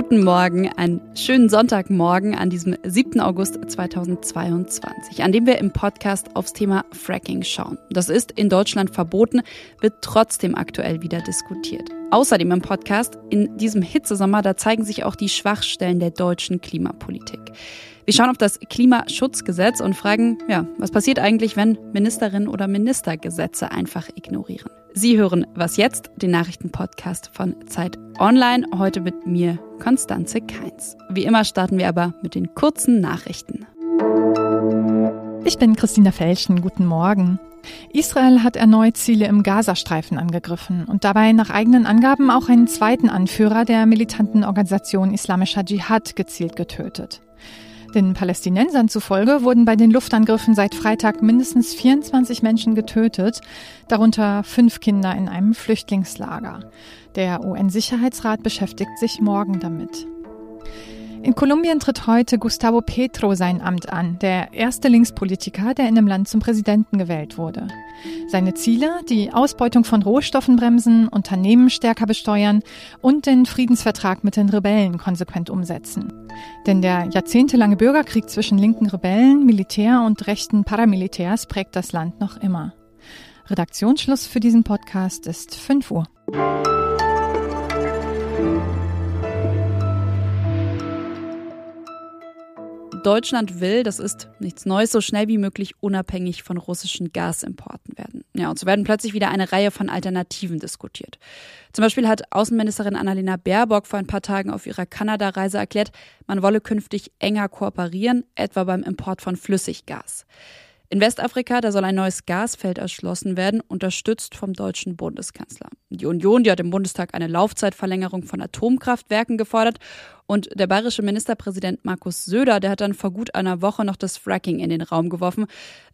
Guten Morgen, einen schönen Sonntagmorgen an diesem 7. August 2022, an dem wir im Podcast aufs Thema Fracking schauen. Das ist in Deutschland verboten, wird trotzdem aktuell wieder diskutiert. Außerdem im Podcast, in diesem Hitzesommer, da zeigen sich auch die Schwachstellen der deutschen Klimapolitik. Wir schauen auf das Klimaschutzgesetz und fragen, was passiert eigentlich, wenn Ministerinnen oder Minister Gesetze einfach ignorieren? Sie hören Was jetzt?, den Nachrichtenpodcast von Zeit Online, heute mit mir, Constanze Keins. Wie immer starten wir aber mit den kurzen Nachrichten. Ich bin Christina Felschen, guten Morgen. Israel hat erneut Ziele im Gazastreifen angegriffen und dabei nach eigenen Angaben auch einen zweiten Anführer der militanten Organisation Islamischer Dschihad gezielt getötet. Den Palästinensern zufolge wurden bei den Luftangriffen seit Freitag mindestens 24 Menschen getötet, darunter 5 Kinder in einem Flüchtlingslager. Der UN-Sicherheitsrat beschäftigt sich morgen damit. In Kolumbien tritt heute Gustavo Petro sein Amt an, der erste Linkspolitiker, der in dem Land zum Präsidenten gewählt wurde. Seine Ziele: die Ausbeutung von Rohstoffen bremsen, Unternehmen stärker besteuern und den Friedensvertrag mit den Rebellen konsequent umsetzen. Denn der jahrzehntelange Bürgerkrieg zwischen linken Rebellen, Militär und rechten Paramilitärs prägt das Land noch immer. Redaktionsschluss für diesen Podcast ist 5 Uhr. Deutschland will, das ist nichts Neues, so schnell wie möglich unabhängig von russischen Gasimporten werden. Ja, und so werden plötzlich wieder eine Reihe von Alternativen diskutiert. Zum Beispiel hat Außenministerin Annalena Baerbock vor ein paar Tagen auf ihrer Kanada-Reise erklärt, man wolle künftig enger kooperieren, etwa beim Import von Flüssiggas. In Westafrika, da soll ein neues Gasfeld erschlossen werden, unterstützt vom deutschen Bundeskanzler. Die Union, die hat im Bundestag eine Laufzeitverlängerung von Atomkraftwerken gefordert. Und der bayerische Ministerpräsident Markus Söder, der hat dann vor gut einer Woche noch das Fracking in den Raum geworfen.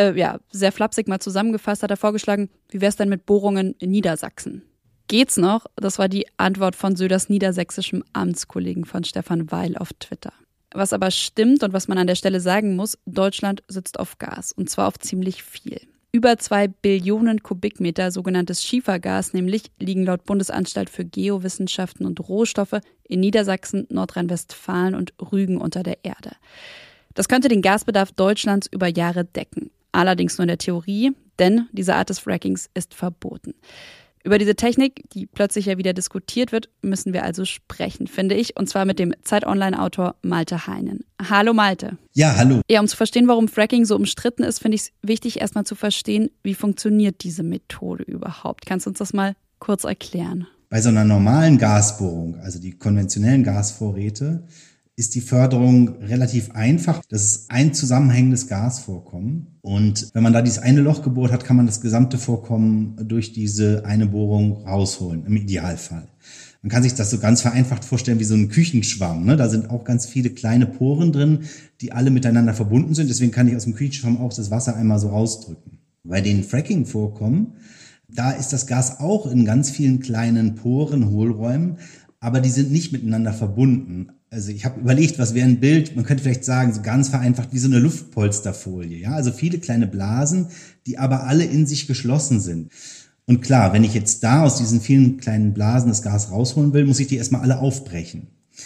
Sehr flapsig mal zusammengefasst hat er vorgeschlagen, wie wäre es denn mit Bohrungen in Niedersachsen? Geht's noch? Das war die Antwort von Söders niedersächsischem Amtskollegen von Stefan Weil auf Twitter. Was aber stimmt und was man an der Stelle sagen muss, Deutschland sitzt auf Gas, und zwar auf ziemlich viel. Über 2 Billionen Kubikmeter sogenanntes Schiefergas nämlich liegen laut Bundesanstalt für Geowissenschaften und Rohstoffe in Niedersachsen, Nordrhein-Westfalen und Rügen unter der Erde. Das könnte den Gasbedarf Deutschlands über Jahre decken. Allerdings nur in der Theorie, denn diese Art des Frackings ist verboten. Über diese Technik, die plötzlich ja wieder diskutiert wird, müssen wir also sprechen, finde ich. Und zwar mit dem Zeit-Online-Autor Malte Heinen. Hallo Malte. Ja, hallo. Ja, um zu verstehen, warum Fracking so umstritten ist, finde ich es wichtig, erstmal zu verstehen, wie funktioniert diese Methode überhaupt. Kannst du uns das mal kurz erklären? Bei so einer normalen Gasbohrung, also die konventionellen Gasvorräte, ist die Förderung relativ einfach. Das ist ein zusammenhängendes Gasvorkommen. Und wenn man da dieses eine Loch gebohrt hat, kann man das gesamte Vorkommen durch diese eine Bohrung rausholen, im Idealfall. Man kann sich das so ganz vereinfacht vorstellen wie so ein Küchenschwamm, ne? Da sind auch ganz viele kleine Poren drin, die alle miteinander verbunden sind. Deswegen kann ich aus dem Küchenschwamm auch das Wasser einmal so rausdrücken. Bei den Fracking-Vorkommen, da ist das Gas auch in ganz vielen kleinen Poren, Hohlräumen, aber die sind nicht miteinander verbunden. Also ich habe überlegt, was wäre ein Bild, man könnte vielleicht sagen, so ganz vereinfacht wie so eine Luftpolsterfolie. Ja, also viele kleine Blasen, die aber alle in sich geschlossen sind. Und klar, wenn ich jetzt da aus diesen vielen kleinen Blasen das Gas rausholen will, muss ich die erstmal alle aufbrechen.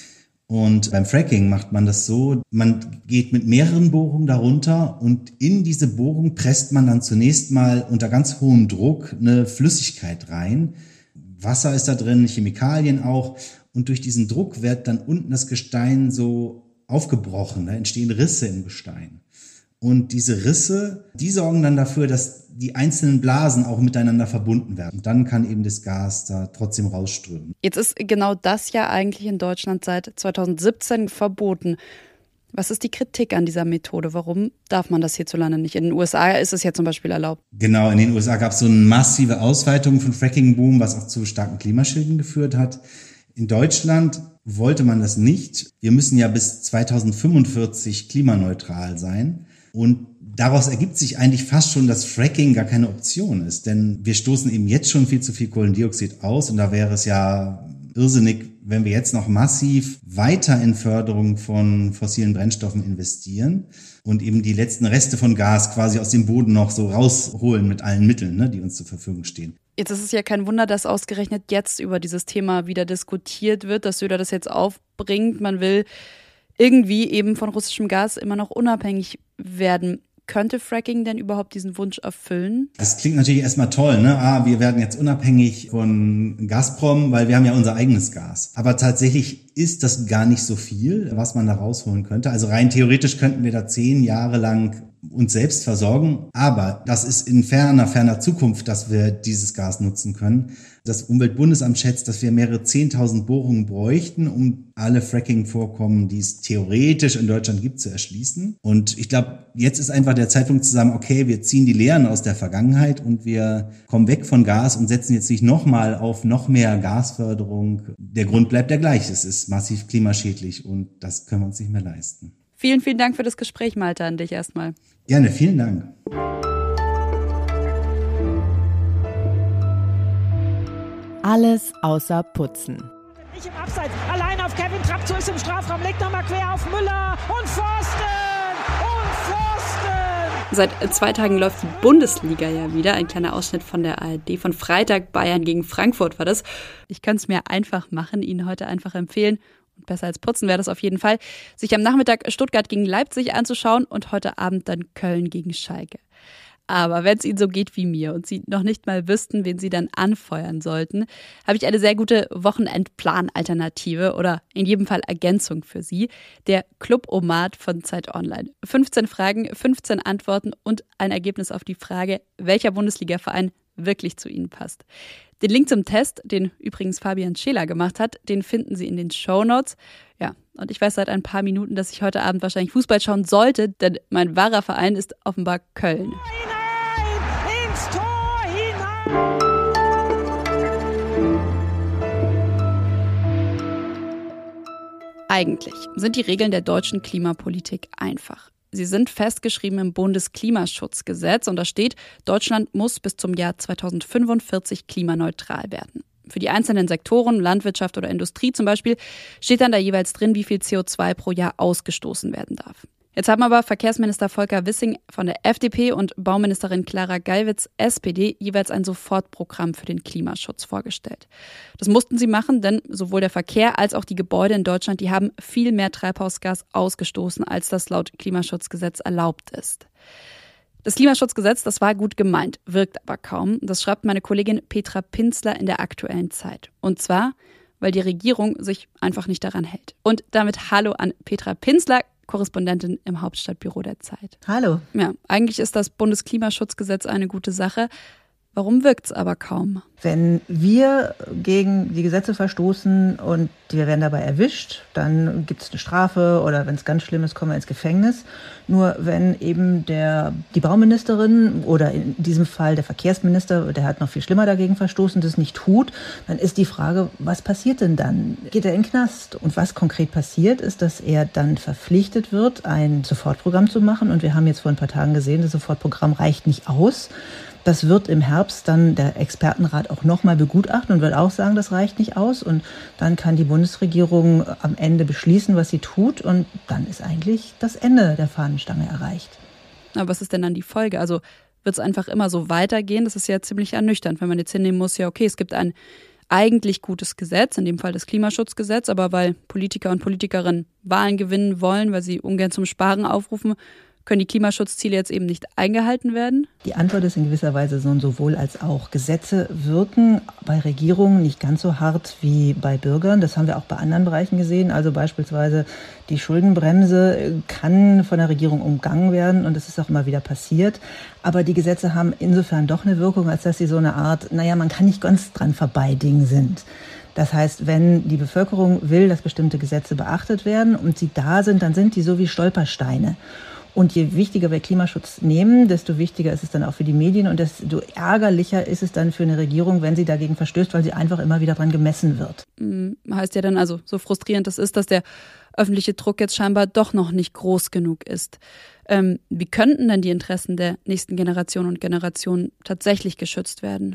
Und beim Fracking macht man das so, man geht mit mehreren Bohrungen darunter und in diese Bohrung presst man dann zunächst mal unter ganz hohem Druck eine Flüssigkeit rein. Wasser ist da drin, Chemikalien auch. Und durch diesen Druck wird dann unten das Gestein so aufgebrochen. Da entstehen Risse im Gestein. Und diese Risse, die sorgen dann dafür, dass die einzelnen Blasen auch miteinander verbunden werden. Und dann kann eben das Gas da trotzdem rausströmen. Jetzt ist genau das ja eigentlich in Deutschland seit 2017 verboten. Was ist die Kritik an dieser Methode? Warum darf man das hierzulande nicht? In den USA ist es ja zum Beispiel erlaubt. Genau, in den USA gab es so eine massive Ausweitung von Fracking-Boom, was auch zu starken Klimaschäden geführt hat. In Deutschland wollte man das nicht. Wir müssen ja bis 2045 klimaneutral sein. Und daraus ergibt sich eigentlich fast schon, dass Fracking gar keine Option ist. Denn wir stoßen eben jetzt schon viel zu viel Kohlendioxid aus. Und da wäre es ja irrsinnig, wenn wir jetzt noch massiv weiter in Förderung von fossilen Brennstoffen investieren und eben die letzten Reste von Gas quasi aus dem Boden noch so rausholen mit allen Mitteln, ne, die uns zur Verfügung stehen. Jetzt ist es ja kein Wunder, dass ausgerechnet jetzt über dieses Thema wieder diskutiert wird, dass Söder das jetzt aufbringt. Man will irgendwie eben von russischem Gas immer noch unabhängig werden. Könnte Fracking denn überhaupt diesen Wunsch erfüllen? Das klingt natürlich erstmal toll, ne? Wir werden jetzt unabhängig von Gazprom, weil wir haben ja unser eigenes Gas. Aber tatsächlich ist das gar nicht so viel, was man da rausholen könnte. Also rein theoretisch könnten wir da 10 Jahre lang uns selbst versorgen. Aber das ist in ferner Zukunft, dass wir dieses Gas nutzen können. Das Umweltbundesamt schätzt, dass wir mehrere 10.000 Bohrungen bräuchten, um alle Fracking-Vorkommen, die es theoretisch in Deutschland gibt, zu erschließen. Und ich glaube, jetzt ist einfach der Zeitpunkt zu sagen, okay, wir ziehen die Lehren aus der Vergangenheit und wir kommen weg von Gas und setzen jetzt nicht nochmal auf noch mehr Gasförderung. Der Grund bleibt der gleiche. Es ist massiv klimaschädlich und das können wir uns nicht mehr leisten. Vielen, vielen Dank für das Gespräch, Malte, an dich erstmal. Gerne, vielen Dank. Alles außer Putzen. Nicht im Abseits, allein auf Kevin Trapp, so ist im Strafraum, legt nochmal quer auf Müller und Pfosten! Und Pfosten! Seit 2 Tagen läuft die Bundesliga ja wieder. Ein kleiner Ausschnitt von der ARD. Von Freitag Bayern gegen Frankfurt war das. Ich kann es mir einfach machen, Ihnen heute einfach empfehlen. Und besser als putzen wäre das auf jeden Fall, sich am Nachmittag Stuttgart gegen Leipzig anzuschauen und heute Abend dann Köln gegen Schalke. Aber wenn es Ihnen so geht wie mir und Sie noch nicht mal wüssten, wen Sie dann anfeuern sollten, habe ich eine sehr gute Wochenendplan-Alternative oder in jedem Fall Ergänzung für Sie. Der Club-O-Mat von Zeit Online. 15 Fragen, 15 Antworten und ein Ergebnis auf die Frage, welcher Bundesliga-Verein wirklich zu Ihnen passt. Den Link zum Test, den übrigens Fabian Scheler gemacht hat, den finden Sie in den Shownotes. Ja, und ich weiß seit ein paar Minuten, dass ich heute Abend wahrscheinlich Fußball schauen sollte, denn mein wahrer Verein ist offenbar Köln. Hinein! Ins Tor hinein! Eigentlich sind die Regeln der deutschen Klimapolitik einfach. Sie sind festgeschrieben im Bundesklimaschutzgesetz und da steht, Deutschland muss bis zum Jahr 2045 klimaneutral werden. Für die einzelnen Sektoren, Landwirtschaft oder Industrie zum Beispiel, steht dann da jeweils drin, wie viel CO2 pro Jahr ausgestoßen werden darf. Jetzt haben aber Verkehrsminister Volker Wissing von der FDP und Bauministerin Clara Geiwitz, SPD, jeweils ein Sofortprogramm für den Klimaschutz vorgestellt. Das mussten sie machen, denn sowohl der Verkehr als auch die Gebäude in Deutschland, die haben viel mehr Treibhausgas ausgestoßen, als das laut Klimaschutzgesetz erlaubt ist. Das Klimaschutzgesetz, das war gut gemeint, wirkt aber kaum. Das schreibt meine Kollegin Petra Pinzler in der Aktuellen Zeit. Und zwar, weil die Regierung sich einfach nicht daran hält. Und damit Hallo an Petra Pinzler, Korrespondentin im Hauptstadtbüro der Zeit. Hallo. Ja, eigentlich ist das Bundesklimaschutzgesetz eine gute Sache. Warum wirkt's aber kaum? Wenn wir gegen die Gesetze verstoßen und wir werden dabei erwischt, dann gibt es eine Strafe oder wenn es ganz schlimm ist, kommen wir ins Gefängnis. Nur wenn eben die Bauministerin oder in diesem Fall der Verkehrsminister, der hat noch viel schlimmer dagegen verstoßen, das nicht tut, dann ist die Frage, was passiert denn dann? Geht er in den Knast? Und was konkret passiert, ist, dass er dann verpflichtet wird, ein Sofortprogramm zu machen. Und wir haben jetzt vor ein paar Tagen gesehen, das Sofortprogramm reicht nicht aus. Das wird im Herbst dann der Expertenrat auch nochmal begutachten und wird auch sagen, das reicht nicht aus. Und dann kann die Bundesregierung am Ende beschließen, was sie tut. Und dann ist eigentlich das Ende der Fahnenstange erreicht. Aber was ist denn dann die Folge? Also wird es einfach immer so weitergehen? Das ist ja ziemlich ernüchternd, wenn man jetzt hinnehmen muss, ja okay, es gibt ein eigentlich gutes Gesetz, in dem Fall das Klimaschutzgesetz, aber weil Politiker und Politikerinnen Wahlen gewinnen wollen, weil sie ungern zum Sparen aufrufen, können die Klimaschutzziele jetzt eben nicht eingehalten werden? Die Antwort ist in gewisser Weise so ein sowohl als auch. Gesetze wirken bei Regierungen nicht ganz so hart wie bei Bürgern. Das haben wir auch bei anderen Bereichen gesehen. Also beispielsweise die Schuldenbremse kann von der Regierung umgangen werden und das ist auch immer wieder passiert. Aber die Gesetze haben insofern doch eine Wirkung, als dass sie so eine Art, man kann nicht ganz dran vorbeidingen sind. Das heißt, wenn die Bevölkerung will, dass bestimmte Gesetze beachtet werden und sie da sind, dann sind die so wie Stolpersteine. Und je wichtiger wir Klimaschutz nehmen, desto wichtiger ist es dann auch für die Medien und desto ärgerlicher ist es dann für eine Regierung, wenn sie dagegen verstößt, weil sie einfach immer wieder dran gemessen wird. Heißt ja dann also, so frustrierend das ist, dass der öffentliche Druck jetzt scheinbar doch noch nicht groß genug ist. Wie könnten denn die Interessen der nächsten Generation und Generationen tatsächlich geschützt werden?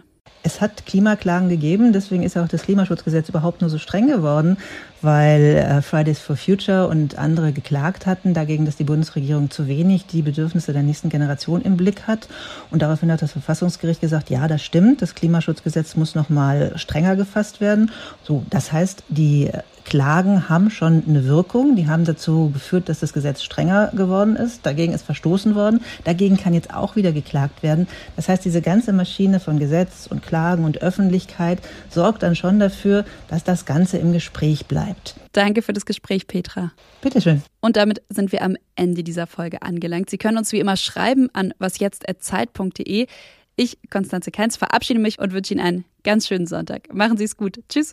Es hat Klimaklagen gegeben, deswegen ist auch das Klimaschutzgesetz überhaupt nur so streng geworden, weil Fridays for Future und andere geklagt hatten dagegen, dass die Bundesregierung zu wenig die Bedürfnisse der nächsten Generation im Blick hat. Und daraufhin hat das Verfassungsgericht gesagt, ja, das stimmt, das Klimaschutzgesetz muss noch mal strenger gefasst werden. So, das heißt, die Klagen haben schon eine Wirkung. Die haben dazu geführt, dass das Gesetz strenger geworden ist. Dagegen ist verstoßen worden. Dagegen kann jetzt auch wieder geklagt werden. Das heißt, diese ganze Maschine von Gesetz und Klagen und Öffentlichkeit sorgt dann schon dafür, dass das Ganze im Gespräch bleibt. Danke für das Gespräch, Petra. Bitteschön. Und damit sind wir am Ende dieser Folge angelangt. Sie können uns wie immer schreiben an wasjetzt@zeit.de. Ich, Konstanze Keins, verabschiede mich und wünsche Ihnen einen ganz schönen Sonntag. Machen Sie es gut. Tschüss.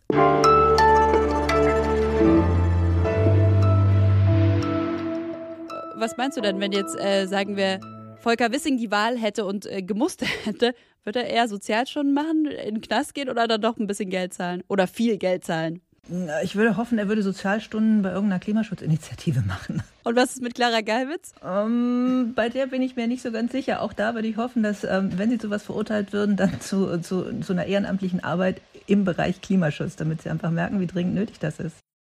Was meinst du denn, wenn jetzt, sagen wir, Volker Wissing die Wahl hätte und gemusst hätte, würde er eher Sozialstunden machen, in den Knast gehen oder dann doch ein bisschen Geld zahlen? Oder viel Geld zahlen? Ich würde hoffen, er würde Sozialstunden bei irgendeiner Klimaschutzinitiative machen. Und was ist mit Clara Geiwitz? Bei der bin ich mir nicht so ganz sicher. Auch da würde ich hoffen, dass, wenn sie zu was verurteilt würden, dann zu einer ehrenamtlichen Arbeit im Bereich Klimaschutz, damit sie einfach merken, wie dringend nötig das ist.